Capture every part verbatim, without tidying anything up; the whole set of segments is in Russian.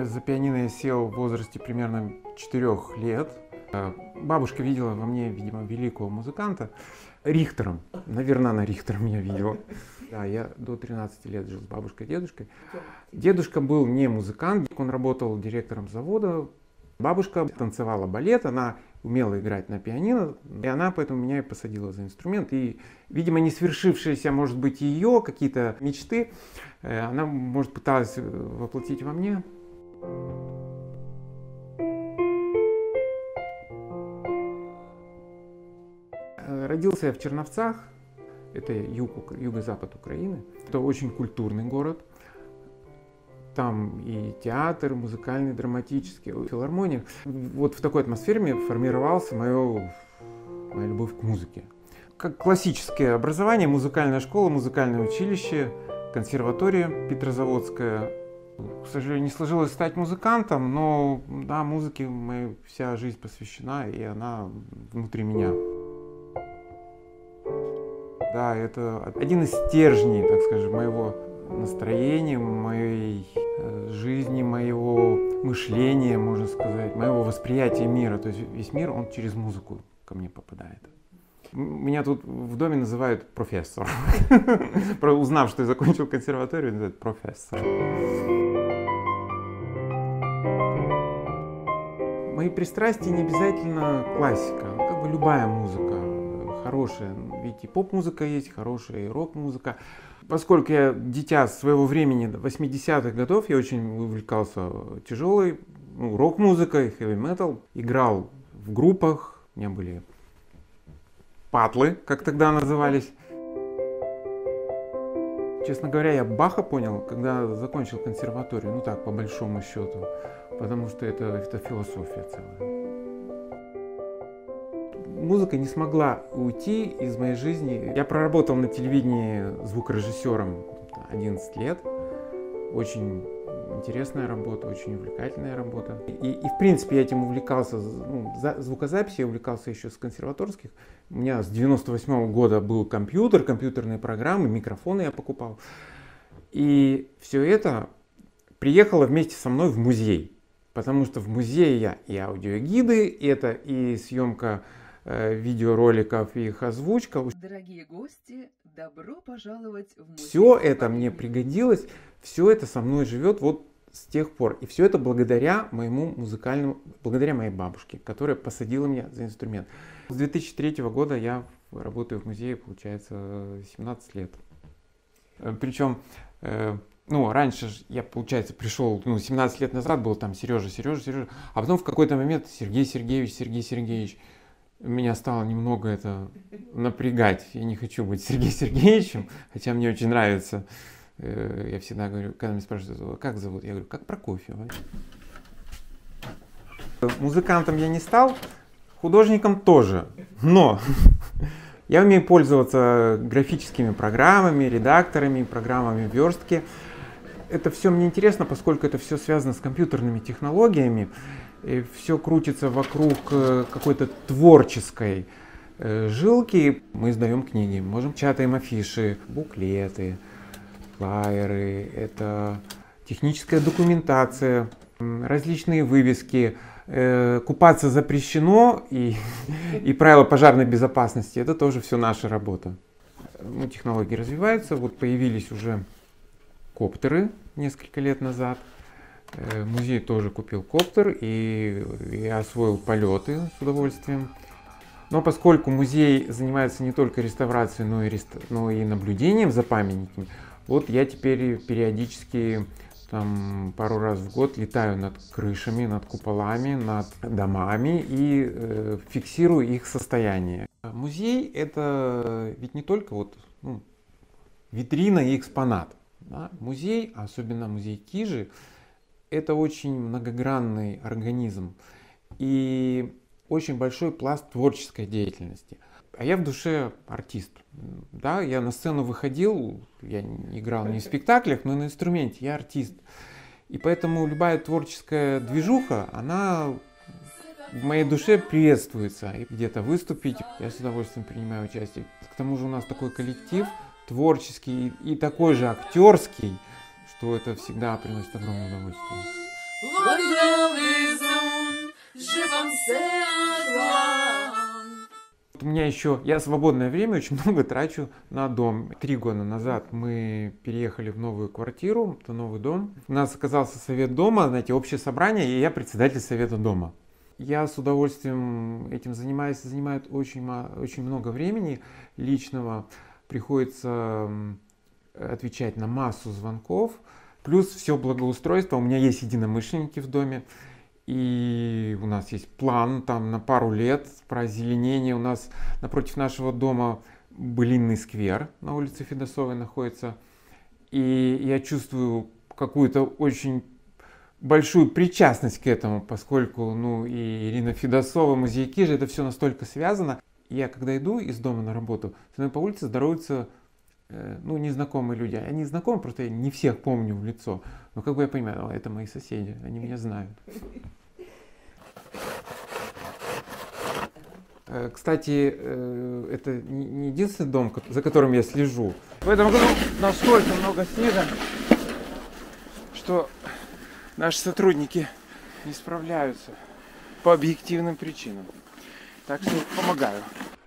За пианино я сел в возрасте примерно четырёх лет. Бабушка видела во мне, видимо, великого музыканта. Рихтером. Наверное, она Рихтером меня видела. Да, я до тринадцати лет жил с бабушкой и дедушкой. Дедушка был не музыкант, он работал директором завода. Бабушка танцевала балет, она умела играть на пианино, и она поэтому меня и посадила за инструмент. И, видимо, не свершившиеся, может быть, ее какие-то мечты, она, может, пыталась воплотить во мне. Родился я в Черновцах, это юг, юго-запад Украины. Это очень культурный город. Там и театр, музыкальный, драматический, филармония. Вот в такой атмосфере формировался мое, моя любовь к музыке. Как классическое образование, музыкальная школа, музыкальное училище, консерватория Петрозаводская. К сожалению, не сложилось стать музыкантом, но да, музыке моя вся жизнь посвящена, и она внутри меня. Да, это один из стержней, так скажем, моего настроения, моей жизни, моего мышления, можно сказать, моего восприятия мира. То есть весь мир, он через музыку ко мне попадает. Меня тут в доме называют профессор. Узнав, что я закончил консерваторию, называют профессор. Мои пристрастия не обязательно классика, как бы любая музыка хорошая. Ведь и поп-музыка есть хорошая, и рок-музыка. Поскольку я дитя своего времени, восьмидесятых годов, я очень увлекался тяжелой ну, рок-музыкой, хэви-метал. Играл в группах, у меня были патлы, как тогда назывались. Честно говоря, я Баха понял, когда закончил консерваторию, ну так, по большому счету, потому что это, это философия целая. Музыка не смогла уйти из моей жизни. Я проработал на телевидении звукорежиссером одиннадцать лет. Очень интересная работа, очень увлекательная работа. И, и в принципе я этим увлекался, ну, за, звукозаписью я увлекался еще с консерваторских. У меня с девяносто восьмого года был компьютер, компьютерные программы, микрофоны я покупал. И все это приехало вместе со мной в музей. Потому что в музее я и аудиогиды, это и съемка видеороликов и их озвучка. Дорогие гости, добро пожаловать в музей. Все это мне пригодилось, все это со мной живет вот с тех пор. И все это благодаря моему музыкальному, благодаря моей бабушке, которая посадила меня за инструмент. С две тысячи третьего года я работаю в музее, получается, семнадцать лет. Причем, ну, раньше я, получается, пришел, ну, семнадцать лет назад был там Сережа, Сережа, Сережа, а потом в какой-то момент Сергей Сергеевич, Сергей Сергеевич. Меня стало немного это напрягать. Я не хочу быть Сергеем Сергеевичем, хотя мне очень нравится. Я всегда говорю, когда меня спрашивают, как зовут, я говорю, как Прокофьев. Музыкантом я не стал, художником тоже. Но я умею пользоваться графическими программами, редакторами, программами верстки. Это все мне интересно, поскольку это все связано с компьютерными технологиями. И все крутится вокруг какой-то творческой жилки. Мы издаем книги, можем печатаем афиши, буклеты, флаеры, это техническая документация, различные вывески. Купаться запрещено и, и правила пожарной безопасности, это тоже все наша работа. Ну, технологии развиваются, вот появились уже коптеры несколько лет назад. Музей тоже купил коптер и я освоил полеты с удовольствием. Но поскольку музей занимается не только реставрацией, но и, реста... но и наблюдением за памятниками, вот я теперь периодически там, пару раз в год летаю над крышами, над куполами, над домами и э, фиксирую их состояние. Музей это ведь не только вот, ну, витрина и экспонат. Да? Музей, особенно музей Кижи, это очень многогранный организм и очень большой пласт творческой деятельности. А я в душе артист. Да, я на сцену выходил, я играл не в спектаклях, но и на инструменте, я артист. И поэтому любая творческая движуха, она в моей душе приветствуется. И где-то выступить, я с удовольствием принимаю участие. К тому же у нас такой коллектив творческий и такой же актерский, что это всегда приносит огромное удовольствие. What love is on, je pensais à toi. У меня еще, я свободное время очень много трачу на дом. Три года назад мы переехали в новую квартиру, это новый дом. У нас оказался совет дома, знаете, общее собрание, и я председатель совета дома. Я с удовольствием этим занимаюсь, занимает очень, очень много времени личного. Приходится отвечать на массу звонков, плюс все благоустройство. У меня есть единомышленники в доме. И у нас есть план там на пару лет про озеленение. У нас напротив нашего дома былинный сквер на улице Федосовой находится. И я чувствую какую-то очень большую причастность к этому, поскольку ну, и Ирина Федосова, музейки же, это все настолько связано. И я когда иду из дома на работу, со мной по улице здороваются э, ну, незнакомые люди. Они знакомы, просто я не всех помню в лицо. Но как бы я понимаю, это мои соседи, они меня знают. Кстати, это не единственный дом, за которым я слежу. В этом году настолько много снега, что наши сотрудники не справляются по объективным причинам. Так что помогаю.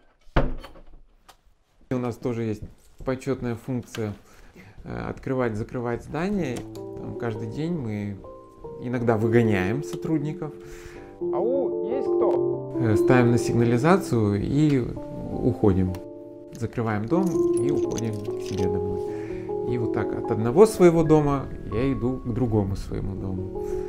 У нас тоже есть почетная функция открывать-закрывать здание. Там каждый день мы иногда выгоняем сотрудников. Ау, есть кто? Ставим на сигнализацию и уходим. Закрываем дом и уходим к себе домой. И вот так от одного своего дома я иду к другому своему дому.